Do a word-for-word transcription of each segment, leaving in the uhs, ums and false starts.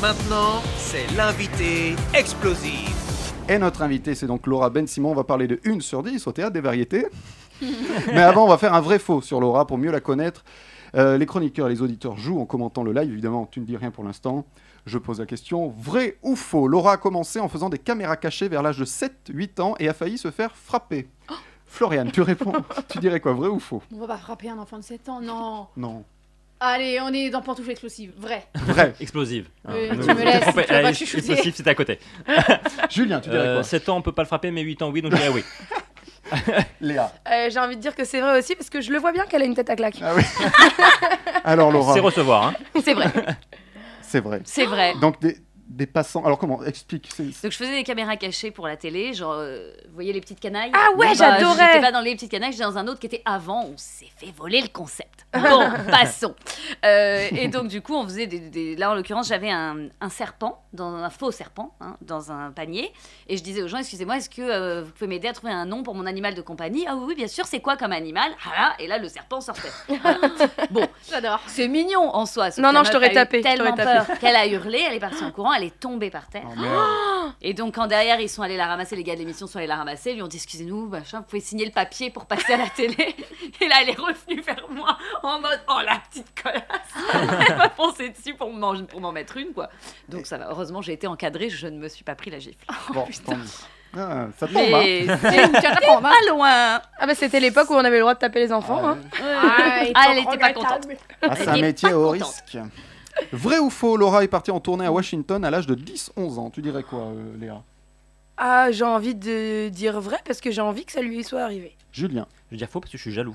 Maintenant, c'est l'invité explosif. Et notre invité, c'est donc Laura Ben-Simon. On va parler de une sur dix au Théâtre des Variétés. Mais avant, on va faire un vrai faux sur Laura pour mieux la connaître. Euh, les chroniqueurs et les auditeurs jouent en commentant le live. Évidemment, tu ne dis rien pour l'instant. Je pose la question. Vrai ou faux? Laura a commencé en faisant des caméras cachées vers l'âge de sept huit ans et a failli se faire frapper. Oh Floriane, tu réponds. Tu dirais quoi, vrai ou faux? On va pas frapper un enfant de sept ans, non. Non. Allez, on est dans pantoufle explosive, vrai. Vrai. Explosive. Euh, Ah, tu me laisses, tu vas pas Allez, chuchoter. explosif, c'était à côté. Julien, tu dirais Euh, quoi? sept ans, on peut pas le frapper, mais huit ans, oui, donc je dirais oui. Léa. Euh, j'ai envie de dire que c'est vrai aussi parce que je le vois bien qu'elle a une tête à claque. Ah oui. Alors Laura. C'est recevoir, hein. C'est vrai, C'est vrai. c'est vrai. Donc des, des passants. Alors comment? Explique. c'est- c'est- Donc je faisais des caméras cachées pour la télé, genre, euh, vous voyez les petites canailles? Ah ouais, Bah, j'adorais. J'étais pas dans les petites canailles, j'étais dans un autre qui était avant, on s'est fait voler le concept. Bon, passons. Euh, et donc du coup, on faisait des... des- Là, en l'occurrence, j'avais un, un serpent, dans un faux serpent, hein, dans un panier. Et je disais aux gens, excusez-moi, est-ce que euh, vous pouvez m'aider à trouver un nom pour mon animal de compagnie? Ah oui, oui, bien sûr, c'est quoi comme animal? Ah là, et là, le serpent sortait. Voilà. Bon, J'adore. c'est mignon en soi. sauf Non, que non, la je meuf t'aurais a eu tapé, je tellement t'aurais tapé. peur qu'elle a hurlé, elle est partie en courant, elle est tombée par terre. Oh, merde. Et donc, quand derrière, ils sont allés la ramasser, les gars de l'émission sont allés la ramasser, ils lui ont dit, excusez-nous, machin, vous pouvez signer le papier pour passer à la télé. Et là, elle est revenue vers moi en mode, oh la petite connasse. Elle m'a foncé dessus pour m'en, pour m'en mettre une, quoi. Donc, ça va. Heureusement, j'ai été encadrée, je ne me suis pas pris la gifle. Bon, tant mieux. Ah, ça tombe, hein. Mais C'est où tu vas t'apprendre, hein. pas loin. Ah bah c'était l'époque où on avait le droit de taper les enfants. Hein. Ah, Ah, elle était pas contente. Ah, c'est un Elle est métier pas au contente. risque. Vrai ou faux, Laura est partie en tournée à Washington à l'âge de dix onze ans. Tu dirais quoi, euh, Léa? Ah, j'ai envie de dire vrai parce que j'ai envie que ça lui soit arrivé. Julien. Je veux dire faux parce que je suis jaloux.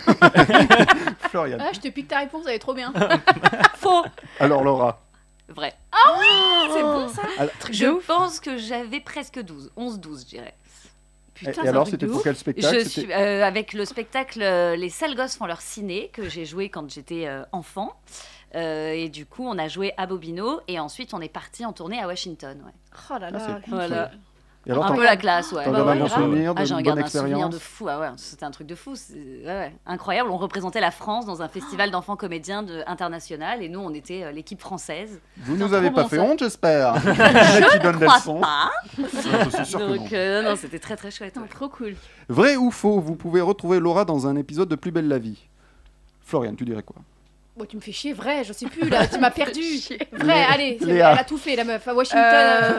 Florian. Ah, je te pique ta réponse, elle est trop bien. Faux. Alors Laura. Vrai. C'est bon ça. Alors- Je pense que j'avais presque douze. onze douze, je dirais. Putain, et c'est un alors, truc c'était de pour ouf. quel spectacle? Je C'était- suis euh, avec le spectacle euh, Les Sales Gosses font leur ciné que j'ai joué quand j'étais euh, enfant. Euh, et du coup, on a joué à Bobino et ensuite on est parti en tournée à Washington. Ouais. Oh là Ah, là. c'est cool, Voilà. Et alors, Un t'en peu la classe, ouais. t'en Bah gardes ouais, un bon grave. souvenir, de Ah, j'en bonne garde un souvenir expérience? de fou. Ah ouais, c'était un truc de fou. C'est ouais, ouais. Incroyable. On représentait la France dans un festival d'enfants comédiens de, international et nous, on était euh, l'équipe française. Vous C'est nous trop avez pas bon, fait ça. honte, j'espère. Je qui donne des Crois leçons. pas. Je suis sûr que non. Donc, euh, non, c'était très très chouette. ouais. Trop cool. Vrai ou faux, vous pouvez retrouver Laura dans un épisode de Plus belle la vie. Florian, tu dirais quoi? Bon, tu me fais chier, vrai, je sais plus là, tu m'as perdu. Vrai, Lé- allez, c'est- Léa. elle a tout fait la meuf. À Washington. Euh, euh,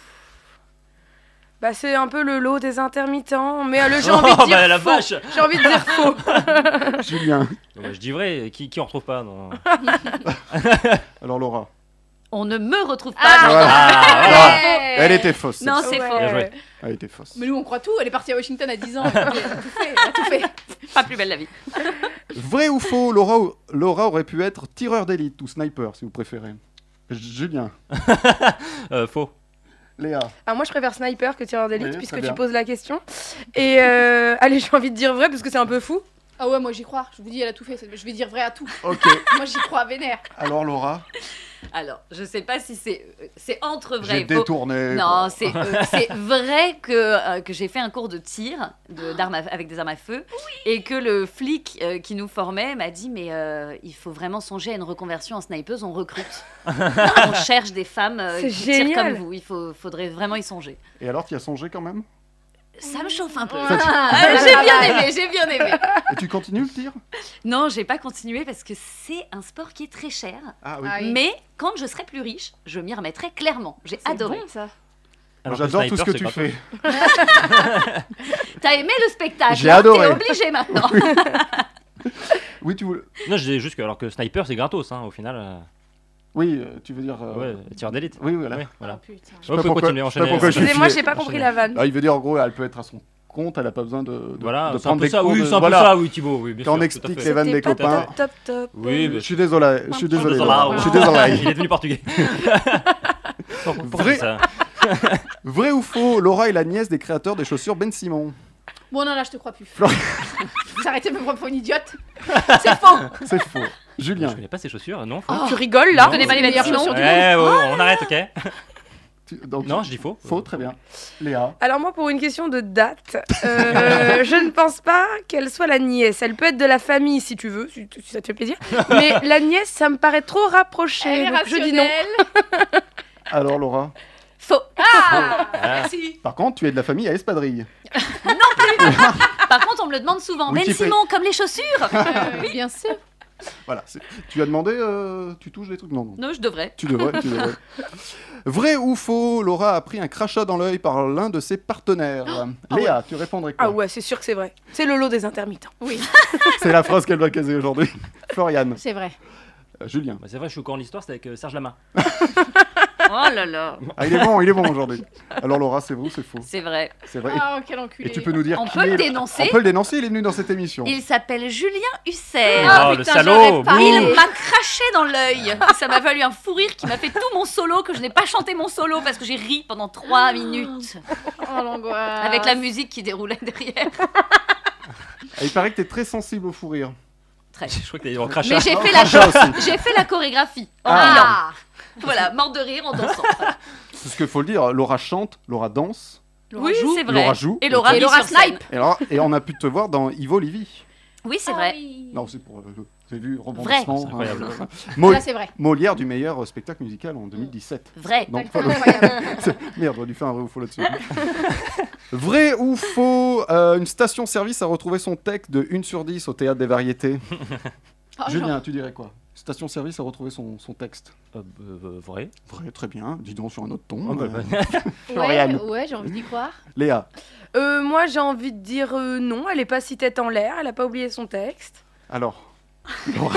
Bah c'est un peu le lot des intermittents, mais euh, le j'ai envie de Oh dire bah la faux. vache. J'ai envie de dire faux. Julien. Bah, je dis vrai, qui, qui en retrouve pas non. Alors Laura. On ne me retrouve pas. Ah, dans- Voilà. Ah, ouais. Elle était fausse. Non, celle-ci. c'est Ouais. faux. Bien joué. Elle était fausse. Mais nous, on croit tout. Elle est partie à Washington à dix ans. Elle a tout fait. Elle a tout fait. Pas plus belle la vie. Vrai ou faux, Laura, Laura aurait pu être tireur d'élite ou sniper, si vous préférez. Julien. Euh, faux. Léa. Ah, moi je préfère sniper que tireur d'élite Oui, puisque très tu bien. poses la question. Et euh, allez, j'ai envie de dire vrai parce que c'est un peu fou. Ah ouais, moi j'y crois. Je vous dis, elle a tout fait. Je vais dire vrai à tout. Ok. Moi j'y crois, vénère. Alors Laura. Alors, je sais pas si c'est euh, c'est entre vrai J'ai et faux. détourné. Non, c'est euh, c'est vrai que, euh, que j'ai fait un cours de tir de, d'armes à- avec des armes à feu et que le flic euh, qui nous formait m'a dit mais euh, il faut vraiment songer à une reconversion en snipeuse, on recrute. On cherche des femmes euh, C'est qui tirent génial. comme vous, il faut, faudrait vraiment y songer. Et alors, tu y as songé quand même? Ça me chauffe un peu. Ça, tu- Ah, j'ai bien aimé, j'ai bien aimé. Et tu continues le tir? Non, j'ai pas continué parce que c'est un sport qui est très cher. Ah oui. Ah oui. Mais quand je serai plus riche, je m'y remettrai clairement. J'ai C'est adoré. bon, ça. Alors que J'adore tout ce sniper, que c'est tu gratos. fais. T'as aimé le spectacle? J'ai hein, adoré. T'es obligé maintenant. Oui, tu voulais... Non, je disais juste que alors que sniper c'est gratos hein, au final. euh, Oui, euh, tu veux dire... euh, Ouais, tireur d'élite. Oui, voilà. Ouais, voilà. Oh putain. Je sais On pas peut pourquoi- continuer, je sais enchaîner. pas pourquoi je suis Excusez-moi, fier. j'ai pas compris la vanne. Ah, il veut dire en gros, elle peut être à son compte, elle a pas besoin de, de, Voilà, de c'est un prendre peu des ça. cours Oui, de- c'est un peu voilà. ça, oui Thibaut, oui, bien Quand on sûr, tout à explique fait. les vannes des C'était pas copains. top, top, top. Oui, mais Je suis désolé, je suis désolé. désolé. Laura. Je suis désolé. Il est devenu portugais. Vrai- ça. Vrai ou faux, Laura est la nièce des créateurs des chaussures Ben Simon. Bon, non, là, je te crois plus. Florian. Vous arrêtez de me prendre pour une idiote. C'est faux. C'est faux. Julien. Je connais pas ces chaussures, non faux. Oh, tu rigoles là? Je connais pas les meilleures meilleures chaussures du Ouais, oh, on arrête, ok. Tu- donc, Non, je dis faux. Faux, très bien. Léa. Alors moi, pour une question de date, euh, je ne pense pas qu'elle soit la nièce. Elle peut être de la famille si tu veux, si, si ça te fait plaisir. Mais la nièce, ça me paraît trop rapproché. Elle est donc je dis non. rationnelle. Alors Laura, Faux. Ah. par contre, tu es de la famille à espadrilles. Par contre, on me le demande souvent. Oui, Ben tu fais- Simon, comme les chaussures. Euh, bien sûr. Voilà. c'est- Tu as demandé, euh, tu touches des trucs? Non, non. Non, je devrais. Tu devrais, tu devrais. Vrai ou faux, Laura a pris un crachat dans l'œil par l'un de ses partenaires. Ah Léa, tu répondrais quoi? Ah ouais, c'est sûr que c'est vrai. C'est le lot des intermittents. Oui, C'est la phrase qu'elle va caser aujourd'hui. Florian, c'est vrai. euh, Julien. Bah, c'est vrai, je suis au courant de l'histoire, c'est avec euh, Serge Lama. Oh là là. Ah, il est bon, il est bon aujourd'hui. Alors Laura, c'est vrai ou c'est faux? C'est vrai. C'est vrai. Oh, quel enculé. Et tu peux nous dire On qui peut le est- dénoncer. On peut le dénoncer, il est venu dans cette émission. Il s'appelle Julien Husser. Ah, Oh, le putain, salaud. j'aurais pas- Bouh. Il m'a craché dans l'œil. Ça m'a valu un fou rire qui m'a fait tout mon solo, que je n'ai pas chanté mon solo parce que j'ai ri pendant trois minutes Oh, l'angoisse. avec la musique qui déroulait derrière. Et il paraît que tu es très sensible au fou rire. Très. Je crois que t'as dit en crachat. Mais j'ai Oh, fait, la... crachat aussi. j'ai fait la chorégraphie en Ah. riant. Voilà, mort de rire en dansant. C'est ce qu'il faut le dire. Laura chante, Laura danse. Laura Oui, joue. c'est vrai. Laura joue. Et Laura, Et vit Laura sur scène. snipe. Et, alors- et on a pu te voir dans Ivo Livy. Oui, c'est Ah vrai. oui. Non, c'est pour. euh, J'ai vu rebondissement. C'est incroyable. hein. Mo- Là, c'est vrai. Molière du meilleur spectacle musical en deux mille dix-sept. Vrai. Donc, D'accord, incroyable. merde, on lui fait un vrai ou faux là-dessus. Vrai ou faux, euh, une station-service a retrouvé son texte de une sur dix au Théâtre des Variétés. Oh, Julien, genre. tu dirais quoi? Station-service a retrouvé son, son texte. Euh, euh, vrai. Vrai, très bien. Dis donc sur un autre ton. Oh, bah, euh, bah. Ouais, Florian. ouais, j'ai envie d'y croire. Léa. Euh, moi, j'ai envie de dire euh, non, elle est pas si tête en l'air, elle a pas oublié son texte. Alors. Laura.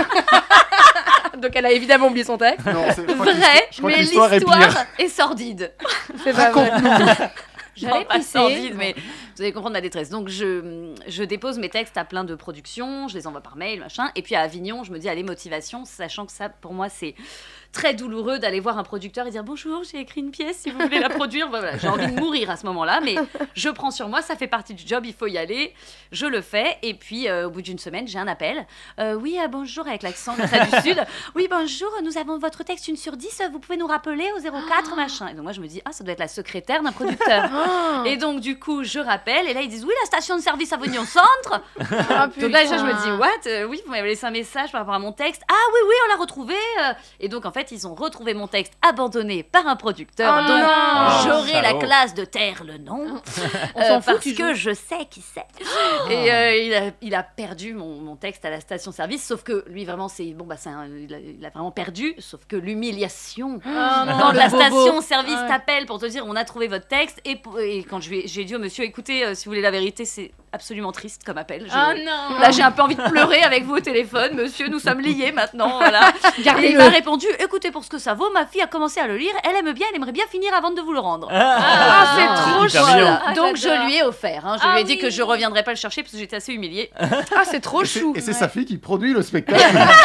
Donc elle a évidemment oublié son texte. Non, c'est- je crois que Vrai, l'histoire- je crois que mais l'histoire est l'histoire pire. est sordide. C'est pas vrai. J'allais Non, pas pisser. sordide, mais vous allez comprendre ma détresse. Donc, je, je dépose mes textes à plein de productions, je les envoie par mail, machin. Et puis à Avignon, je me dis, allez, motivation, sachant que ça, pour moi, c'est très douloureux d'aller voir un producteur et dire bonjour, j'ai écrit une pièce, si vous voulez la produire. Voilà, j'ai envie de mourir à ce moment-là, mais je prends sur moi, ça fait partie du job, il faut y aller. Je le fais. Et puis, euh, au bout d'une semaine, j'ai un appel. Euh, oui, euh, bonjour, avec l'accent comme ça du Sud. Oui, bonjour, nous avons votre texte une sur dix, vous pouvez nous rappeler au zéro quatre, machin. Et donc, moi, je me dis, ah, ça doit être la secrétaire d'un producteur. Et donc, du coup, je rappelle, et là, ils disent, oui, la station de service Avignon Centre. Ah, Donc là, déjà, je me putain. dis, what Euh, Oui, vous m'avez laissé un message par rapport à mon texte. Ah oui, oui, on l'a retrouvé. euh. Et donc, en fait, ils ont retrouvé mon texte abandonné par un producteur. Oh donc, non. j'aurai la Salaud. classe de taire le nom. On euh, s'en fout, parce tu que joues. je sais qui c'est. Et euh, il, a, il a perdu mon, mon texte à la station-service. Sauf que lui, vraiment, c'est bon, bah, c'est un- il, a, il a vraiment perdu. Sauf que l'humiliation. Oh, non, Quand le la bobo. station-service Ouais. t'appelle pour te dire on a trouvé votre texte, et, pour- et quand je lui ai- j'ai dit au monsieur, écoutez, euh, si vous voulez la vérité, c'est absolument triste comme appel. Je- Oh non. Là, j'ai un peu envie de pleurer avec vous au téléphone, monsieur, nous sommes liés maintenant, voilà. Et il Gardez-le. m'a répondu, écoutez, pour ce que ça vaut, ma fille a commencé à le lire, elle aime bien, elle aimerait bien finir avant de vous le rendre. Ah, c'est trop hyper chou. mignon. Ah, Donc j'adore. je lui ai offert, hein. je Ah lui ai dit oui. que je reviendrais pas le chercher parce que j'étais assez humiliée. Ah, c'est trop Et c'est chou. et c'est sa fille qui produit le spectacle.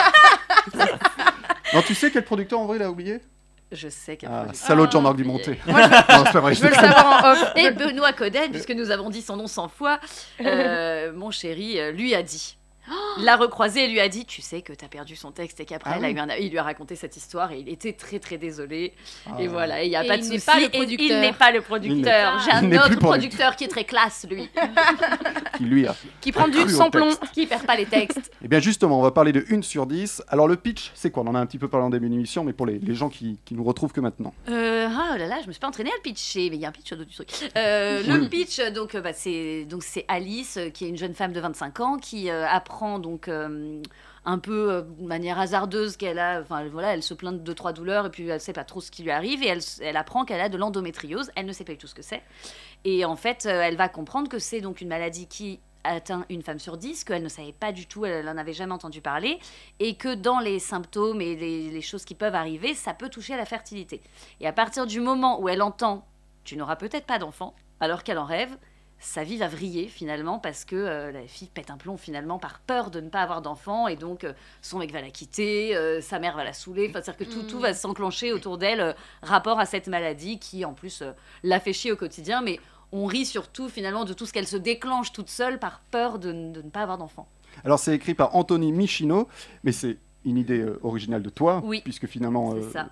Non, tu sais quel producteur en vrai il a oublié? Je sais qu'elle Ah, produit. salaud de Jean-Marc Ah, Dumonté. Moi, je veux, Non, c'est pas vrai. je veux le savoir en off. Et Benoît Coden, puisque nous avons dit son nom cent fois, euh, mon chéri euh, lui a dit. L'a recroisé et lui a dit, tu sais que t'as perdu son texte et qu'après Ah elle a oui. eu un- il lui a raconté cette histoire et il était très très désolé. Ah. Et voilà, il n'y a Et pas de il n'est souci. pas le Et producteur. Il n'est pas le Il producteur. n'est- J'ai un il n'est plus autre producteur. producteur qui est très classe, lui, Qui lui a. Qui prend du cru au samplon. texte. qui perd pas les textes. Eh bien justement, on va parler de une sur dix. Alors le pitch, c'est quoi? On en a un petit peu parlé en début d'émission, mais pour les, les gens qui, qui nous retrouvent que maintenant. Euh, ah là là, je me suis pas entraînée à le pitcher, mais il y a un pitch au dos du truc. Euh, le Oui. pitch, donc, euh, bah, c'est donc c'est Alice, euh, qui est une jeune femme de vingt-cinq ans, qui euh, apprend donc euh, un peu euh, de manière hasardeuse qu'elle a, enfin voilà, elle se plaint de deux trois douleurs et puis elle sait pas trop ce qui lui arrive et elle, elle apprend qu'elle a de l'endométriose. Elle ne sait pas du tout ce que c'est et en fait, euh, elle va comprendre que c'est donc une maladie qui atteint une femme sur dix, qu'elle ne savait pas du tout, elle n'en avait jamais entendu parler, et que dans les symptômes et les, les choses qui peuvent arriver, ça peut toucher à la fertilité. Et à partir du moment où elle entend « tu n'auras peut-être pas d'enfant », alors qu'elle en rêve, sa vie va vriller finalement parce que euh, la fille pète un plomb finalement par peur de ne pas avoir d'enfant et donc euh, son mec va la quitter, euh, sa mère va la saouler, enfin, c'est-à-dire que tout, Mm. tout va s'enclencher autour d'elle euh, rapport à cette maladie qui en plus euh, la fait chier au quotidien, mais on rit surtout finalement de tout ce qu'elle se déclenche toute seule par peur de, n- de ne pas avoir d'enfant. Alors c'est écrit par Anthony Michino, mais c'est une idée euh, originale de toi, Oui. puisque finalement C'est euh, ça.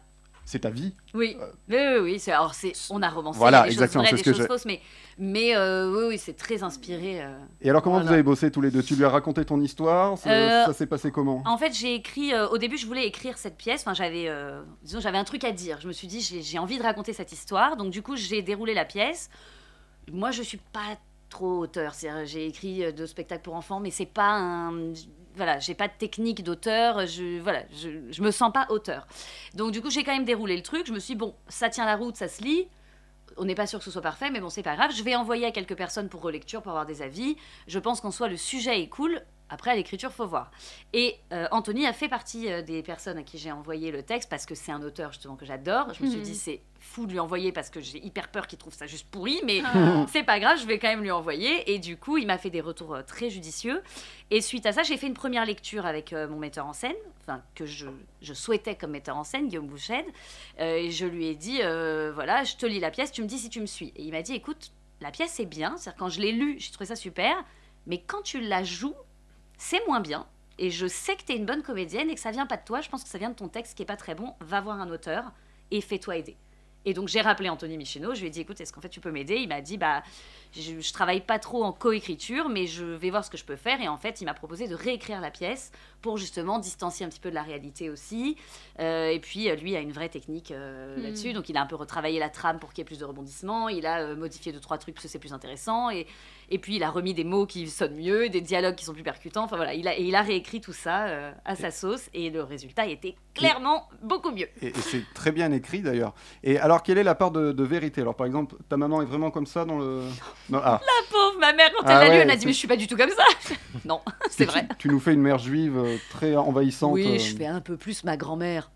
c'est ta vie. Oui, oui, oui, oui, c'est, alors c'est, on a romancé Voilà, des choses exactement, vraies, c'est des ce que choses je- fausses, mais, mais euh, oui, oui, c'est très inspiré. euh. Et alors, comment Voilà. vous avez bossé tous les deux? Tu lui as raconté ton histoire? Ça, Euh, ça s'est passé comment? En fait, j'ai écrit. euh, au début, je voulais écrire cette pièce. Enfin, j'avais, euh, disons, j'avais un truc à dire. Je me suis dit, j'ai, j'ai envie de raconter cette histoire. Donc, du coup, j'ai déroulé la pièce. Moi, je suis pas trop auteur. C'est-à-dire, j'ai écrit euh, deux spectacles pour enfants, mais c'est pas un. Voilà, j'ai pas de technique d'auteur. Je, voilà, je, je me sens pas auteur. Donc, du coup, j'ai quand même déroulé le truc. Je me suis dit, bon, ça tient la route, ça se lit. On n'est pas sûr que ce soit parfait, mais bon, c'est pas grave. Je vais envoyer à quelques personnes pour relecture, pour avoir des avis. Je pense qu'en soi, le sujet est cool. Après, à l'écriture, faut voir. Et euh, Anthony a fait partie euh, des personnes à qui j'ai envoyé le texte parce que c'est un auteur justement que j'adore. Je me suis Mhm. dit, c'est fou de lui envoyer parce que j'ai hyper peur qu'il trouve ça juste pourri, mais Ah. c'est pas grave, je vais quand même lui envoyer. Et du coup, il m'a fait des retours euh, très judicieux. Et suite à ça, j'ai fait une première lecture avec euh, mon metteur en scène, enfin que je, je souhaitais comme metteur en scène, Guillaume Bouched. Euh, et je lui ai dit, euh, voilà, je te lis la pièce, tu me dis si tu me suis. Et il m'a dit, écoute, la pièce est bien, c'est-à-dire quand je l'ai lue, j'ai trouvé ça super, mais quand tu la joues, c'est moins bien. Et je sais que tu es une bonne comédienne et que ça vient pas de toi. Je pense que ça vient de ton texte qui est pas très bon. Va voir un auteur et fais-toi aider. Et donc j'ai rappelé Anthony Michino. Je lui ai dit, écoute, est-ce qu'en fait tu peux m'aider? Il m'a dit, bah, je, je travaille pas trop en coécriture, mais je vais voir ce que je peux faire. Et en fait, il m'a proposé de réécrire la pièce pour justement distancier un petit peu de la réalité aussi. Euh, et puis, euh, lui a une vraie technique euh, Mm. là-dessus. Donc, il a un peu retravaillé la trame pour qu'il y ait plus de rebondissements. Il a euh, modifié deux, trois trucs parce que c'est plus intéressant. Et, et puis, il a remis des mots qui sonnent mieux, des dialogues qui sont plus percutants. Enfin, voilà, il a, et il a réécrit tout ça euh, à sa sauce. Et le résultat était clairement beaucoup mieux. Et, et c'est très bien écrit d'ailleurs. Et alors, quelle est la part de, de vérité? Alors, par exemple, ta maman est vraiment comme ça dans le. Non, ah. La pauvre, ma mère, quand Ah elle l'a ouais, lu, elle a c'est- dit, mais je suis pas du tout comme ça. Non, c'est Tu- vrai. Tu nous fais une mère juive euh, très envahissante. Oui, euh. je fais un peu plus ma grand-mère.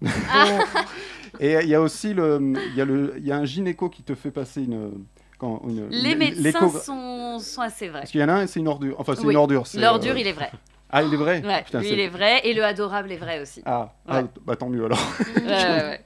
Et il y a aussi le, il y a le, il y a un gynéco qui te fait passer une, quand, une Les une- médecins l'écho- sont, sont assez vrais. Parce qu'il y en a un, c'est une ordure. Enfin, c'est Oui. une ordure. c'est, L'ordure, euh, il est vrai. Ah, il est vrai. Ouais, Putain, lui, c'est- il est vrai. Et le adorable est vrai aussi. Ah, ah, Ouais. bah tant mieux alors. Ouais, ouais, ouais.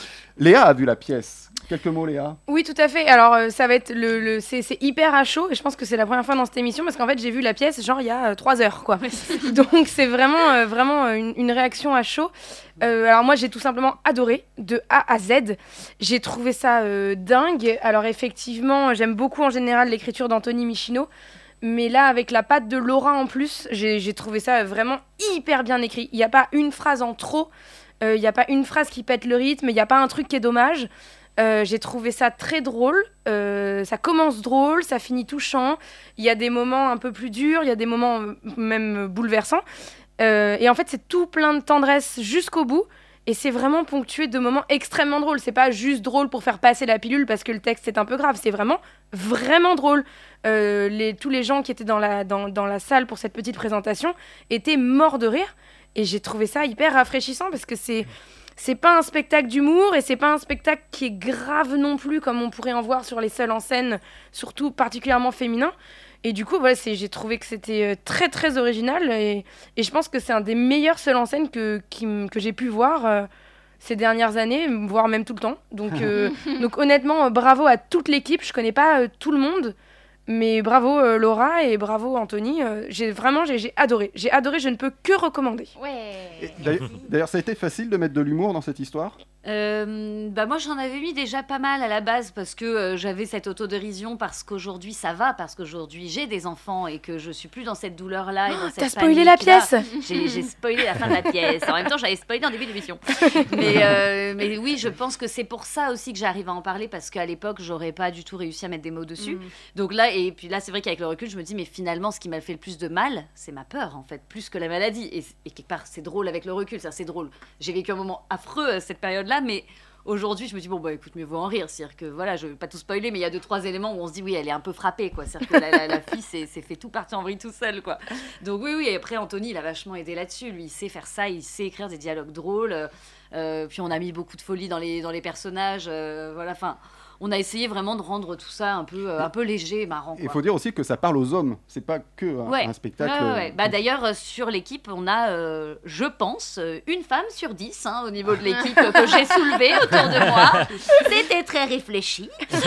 Léa a vu la pièce. Quelques mots, Léa. Oui, tout à fait. Alors, euh, ça va être le, le c'est, c'est hyper à chaud et je pense que c'est la première fois dans cette émission parce qu'en fait, j'ai vu la pièce genre il y a euh, trois heures, quoi. Donc, c'est vraiment, euh, vraiment euh, une, une réaction à chaud. Euh, alors, moi, j'ai tout simplement adoré de A à Z. J'ai trouvé ça euh, dingue. Alors, effectivement, j'aime beaucoup en général l'écriture d'Anthony Michino. Mais là, avec la patte de Laura en plus, j'ai, j'ai trouvé ça vraiment hyper bien écrit. Il n'y a pas une phrase en trop. Il n'y a pas une phrase qui pète le rythme. Il n'y a pas un truc qui est dommage. Euh, j'ai trouvé ça très drôle. Euh, ça commence drôle, ça finit touchant. Il y a des moments un peu plus durs, il y a des moments euh, même bouleversants. Euh, et en fait, c'est tout plein de tendresse jusqu'au bout. Et c'est vraiment ponctué de moments extrêmement drôles. C'est pas juste drôle pour faire passer la pilule parce que le texte est un peu grave. C'est vraiment, vraiment drôle. Euh, les, tous les gens qui étaient dans la, dans, dans la salle pour cette petite présentation étaient morts de rire. Et j'ai trouvé ça hyper rafraîchissant parce que c'est... C'est pas un spectacle d'humour et c'est pas un spectacle qui est grave non plus comme on pourrait en voir sur les seuls en scène, surtout particulièrement féminins. Et du coup, voilà, c'est, j'ai trouvé que c'était euh, très très original et, et je pense que c'est un des meilleurs seuls en scène que, qui m- que j'ai pu voir euh, ces dernières années, voire même tout le temps. Donc, euh, donc honnêtement, euh, bravo à toute l'équipe. Je connais pas euh, tout le monde, mais bravo euh, Laura et bravo Anthony. Euh, j'ai vraiment j'ai, j'ai adoré. J'ai adoré, je ne peux que recommander. Et Ouais. D'ailleurs, d'ailleurs, ça a été facile de mettre de l'humour dans cette histoire. Euh, bah moi j'en avais mis déjà pas mal à la base parce que euh, j'avais cette autodérision parce qu'aujourd'hui ça va, parce qu'aujourd'hui j'ai des enfants et que je suis plus dans cette douleur là et dans cette T'as spoilé la panique-là. pièce. J'ai, j'ai spoilé la fin de la pièce. En même temps, j'avais spoilé en début d'émission. Mais, euh, mais oui, je pense que c'est pour ça aussi que j'arrive à en parler parce qu'à l'époque, j'aurais pas du tout réussi à mettre des mots dessus. Mm. Donc là, et puis là, c'est vrai qu'avec le recul, je me dis, mais finalement, ce qui m'a fait le plus de mal, c'est ma peur, en fait, plus que la maladie. Et, et quelque part, c'est drôle avec le recul. C'est, c'est drôle. J'ai vécu un moment affreux à cette période-là, mais aujourd'hui, je me dis, bon, bah écoute, mieux vaut en rire. C'est-à-dire que, voilà, je vais pas tout spoiler, mais il y a deux, trois éléments où on se dit, oui, elle est un peu frappée, quoi. C'est-à-dire que la, la- la fille s'est, s'est fait tout partir en vrille tout seul, quoi. Donc, oui, oui, et après, Anthony, il a vachement aidé là-dessus. Lui, il sait faire ça, il sait écrire des dialogues drôles. Euh, puis, on a mis beaucoup de folie dans les, dans les personnages. euh, voilà, enfin. On a essayé vraiment de rendre tout ça un peu, euh, un peu léger et marrant. Il quoi. faut dire aussi que ça parle aux hommes. C'est pas que un, Ouais. un spectacle. Ouais, ouais, ouais. Bah, d'ailleurs, euh, sur l'équipe, on a, euh, je pense, euh, une femme sur dix hein, au niveau de l'équipe euh, que j'ai soulevée autour de moi. C'était très réfléchi.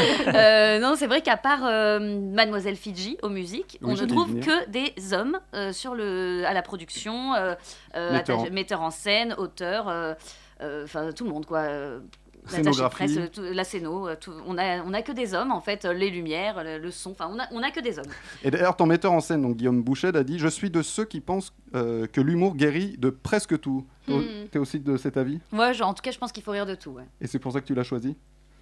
Euh, non, c'est vrai qu'à part euh, Mademoiselle Fidji aux musiques, Oui, on j'ai ne dit trouve venir. que des hommes euh, sur le, à la production, euh, euh, Metteur en- attaché- metteur en scène, auteur, euh, euh, enfin tout le monde quoi. Euh, L'attaché de Scénographie. presse, euh, tout- la scéno, euh, tout- on a, on a que des hommes en fait, euh, les lumières, le, le son, enfin on a, on a que des hommes. Et d'ailleurs, ton metteur en scène, donc Guillaume Bouched, a dit « Je suis de ceux qui pensent euh, que l'humour guérit de presque tout. Hmm. T'es aussi de cet avis? Moi, genre, en tout cas, je pense qu'il faut rire de tout. Ouais. Et c'est pour ça que tu l'as choisi?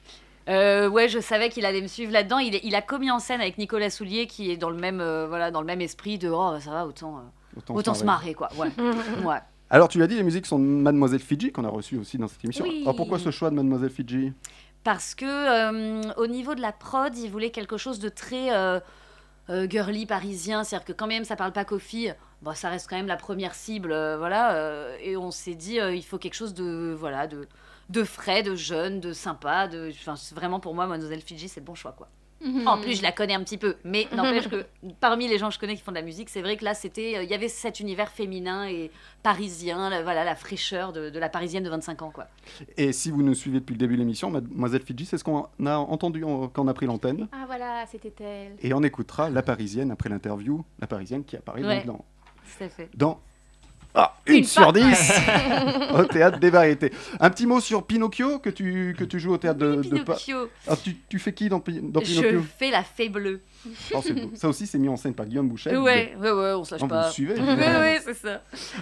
Euh, ouais, je savais qu'il allait me suivre là-dedans. Il, est- il a commis en scène avec Nicolas Soulier, qui est dans le même, euh, voilà, dans le même esprit de oh ça va, autant, euh, Autant, autant se marrer quoi. Ouais. ouais. Alors, tu l'as dit, les musiques sont de Mademoiselle Fidji, qu'on a reçu aussi dans cette émission. Oui. Alors, pourquoi ce choix de Mademoiselle Fidji? Parce que euh, au niveau de la prod, il voulait quelque chose de très euh, euh, girly parisien, c'est-à-dire que quand même ça parle pas qu'aux filles, bon, ça reste quand même la première cible, euh, voilà. euh, et on s'est dit euh, il faut quelque chose de voilà de de frais, de jeune, de sympa, de, enfin c'est vraiment pour moi Mademoiselle Fidji c'est le bon choix quoi. En plus, je la connais un petit peu, mais n'empêche que parmi les gens que je connais qui font de la musique, c'est vrai que là, c'était, euh, il y avait cet univers féminin et parisien, la, voilà, la fraîcheur de, de la parisienne de vingt-cinq ans, quoi. Et si vous nous suivez depuis le début de l'émission, Mademoiselle Fidji, c'est ce qu'on a entendu en- quand on a pris l'antenne. Ah voilà, c'était elle. Et on écoutera La Parisienne après l'interview. La Parisienne qui apparaît Ouais. donc dans... Tout à fait. dans... Ah, une, Une sur fois. dix au Théâtre des Variétés. Un petit mot sur Pinocchio que tu, que tu joues au Théâtre de... Oui, de Pa- Pinocchio. Ah, tu, tu fais qui dans, Pi- dans Je Pinocchio? fais la fée bleue. Oh, c'est beau. Ça aussi, c'est mis en scène par Guillaume Bouchet. Ouais, ouais, ouais, on se lâche Non, vous pas. le suivez, Ouais, évidemment. ouais, c'est ça.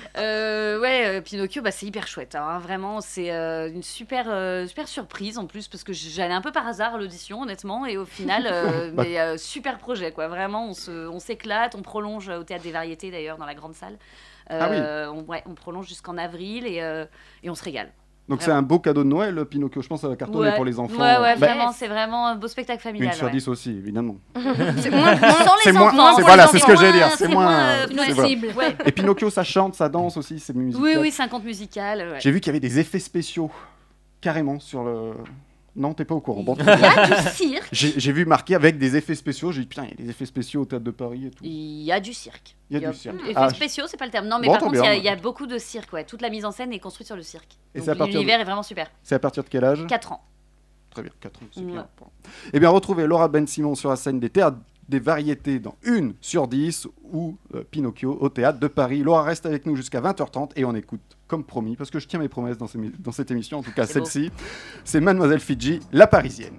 Euh, ouais, euh, Pinocchio, bah, c'est hyper chouette. Hein, vraiment, c'est euh, une super, euh, super surprise en plus, parce que j'allais un peu par hasard à l'audition, honnêtement, et au final, euh, Bah. mais, euh, super projet, quoi. Vraiment, on se- on s'éclate, on, prolonge au Théâtre des Variétés, d'ailleurs, dans la grande salle. Euh, on, ouais, on prolonge jusqu'en avril et, euh, et on se régale. Donc c'est Vraiment. un beau cadeau de Noël, le Pinocchio. Je pense que ça va cartonner Ouais. pour les enfants. Ouais, ouais, Bah, vraiment, c'est vraiment un beau spectacle familial. une sur ouais. dix aussi, évidemment. C'est moins, moins- Sans les C'est moins- enfants, c'est- pour voilà, les c'est ce que enfants, j'allais dire, moins- c'est moins, euh, c'est ouais. voilà. cible. Ouais. Et Pinocchio, ça chante, ça danse aussi, c'est musical. Oui, oui, cinquante musicales. Ouais. J'ai vu qu'il y avait des effets spéciaux, carrément, sur le... Non, t'es pas au courant. Bon, Il y a du cirque. j'ai j'ai vu marqué avec des effets spéciaux. J'ai dit, putain, il y a des effets spéciaux au Théâtre de Paris et tout. Il y a du cirque. Il y a du cirque. Effets Ah, spéciaux, c'est pas le terme. Non, mais Bon, par tant contre, il y, a- bien. il y a beaucoup de cirque. Ouais. Toute la mise en scène est construite sur le cirque. Et Donc, c'est à partir de- l'univers est vraiment super. C'est à partir de quel âge? quatre ans. Très bien, quatre ans, c'est Ouais. bien. Bon. Eh bien, retrouvez Laura Ben-Simon sur la scène des Théâtres des Variétés dans une sur dix ou euh, Pinocchio au Théâtre de Paris. Laura reste avec nous jusqu'à vingt heures trente et on écoute, comme promis, parce que je tiens mes promesses dans, ces- dans cette émission, en tout cas C'est beau. celle-ci, c'est Mademoiselle Fidji, la Parisienne.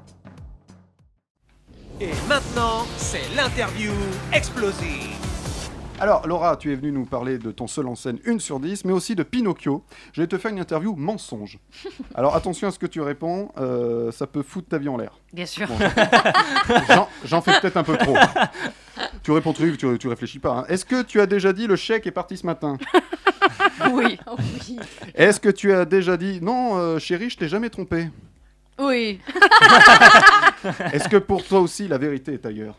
Et maintenant, c'est l'interview explosive. Alors, Laura, tu es venue nous parler de ton seul en scène une sur dix, mais aussi de Pinocchio. Je vais te faire une interview mensonge. Alors, attention à ce que tu réponds, euh, ça peut foutre ta vie en l'air. Bien sûr. Bon. J'en- J'en fais peut-être un peu trop. Tu réponds truc, tu, tu réfléchis pas. hein. Est-ce que tu as déjà dit le chèque est parti ce matin? Oui. Oh oui. Est-ce que tu as déjà dit non, euh, chérie, je t'ai jamais trompé? Oui. Est-ce que pour toi aussi la vérité est ailleurs?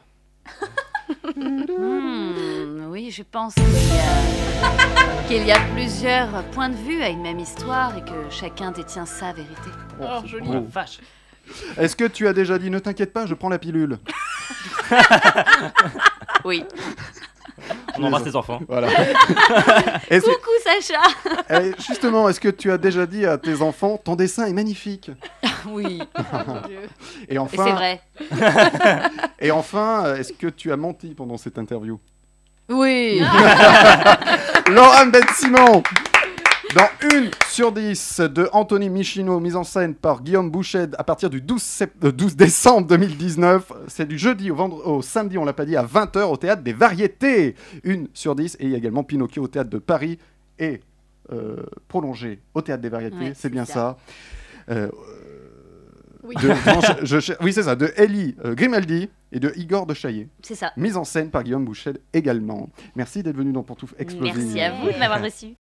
Hmm, oui, je pense qu'il y, a... qu'il y a plusieurs points de vue à une même histoire et que chacun détient sa vérité. Oh, joli. Oh la vache. Est-ce que tu as déjà dit ne t'inquiète pas, je prends la pilule? Oui. On embrasse tes enfants. Voilà. Est-ce- Coucou Sacha. eh, justement, est-ce que tu as déjà dit à tes enfants ton dessin est magnifique? Oui. Oh mon Dieu. Et Et enfin, c'est vrai. et enfin, euh, est-ce que tu as menti pendant cette interview? Oui. Laurent Ben-Simon dans une sur dix de Anthony Michino, mise en scène par Guillaume Bouched à partir du douze, sept- euh, douze décembre deux mille dix-neuf. C'est du jeudi au, vendre- au samedi, on l'a pas dit, à vingt heures au Théâtre des Variétés. une sur dix. Et il y a également Pinocchio au Théâtre de Paris et euh, prolongé au Théâtre des Variétés. Ouais, c'est c'est bien ça. ça. Euh, Oui. de- non, je- je- oui, c'est ça. De Ellie euh, Grimaldi et de Igor de Chaillet. C'est ça. Mise en scène par Guillaume Bouched également. Merci d'être venu dans Pantouf Explosive. Merci à vous de m'avoir reçu.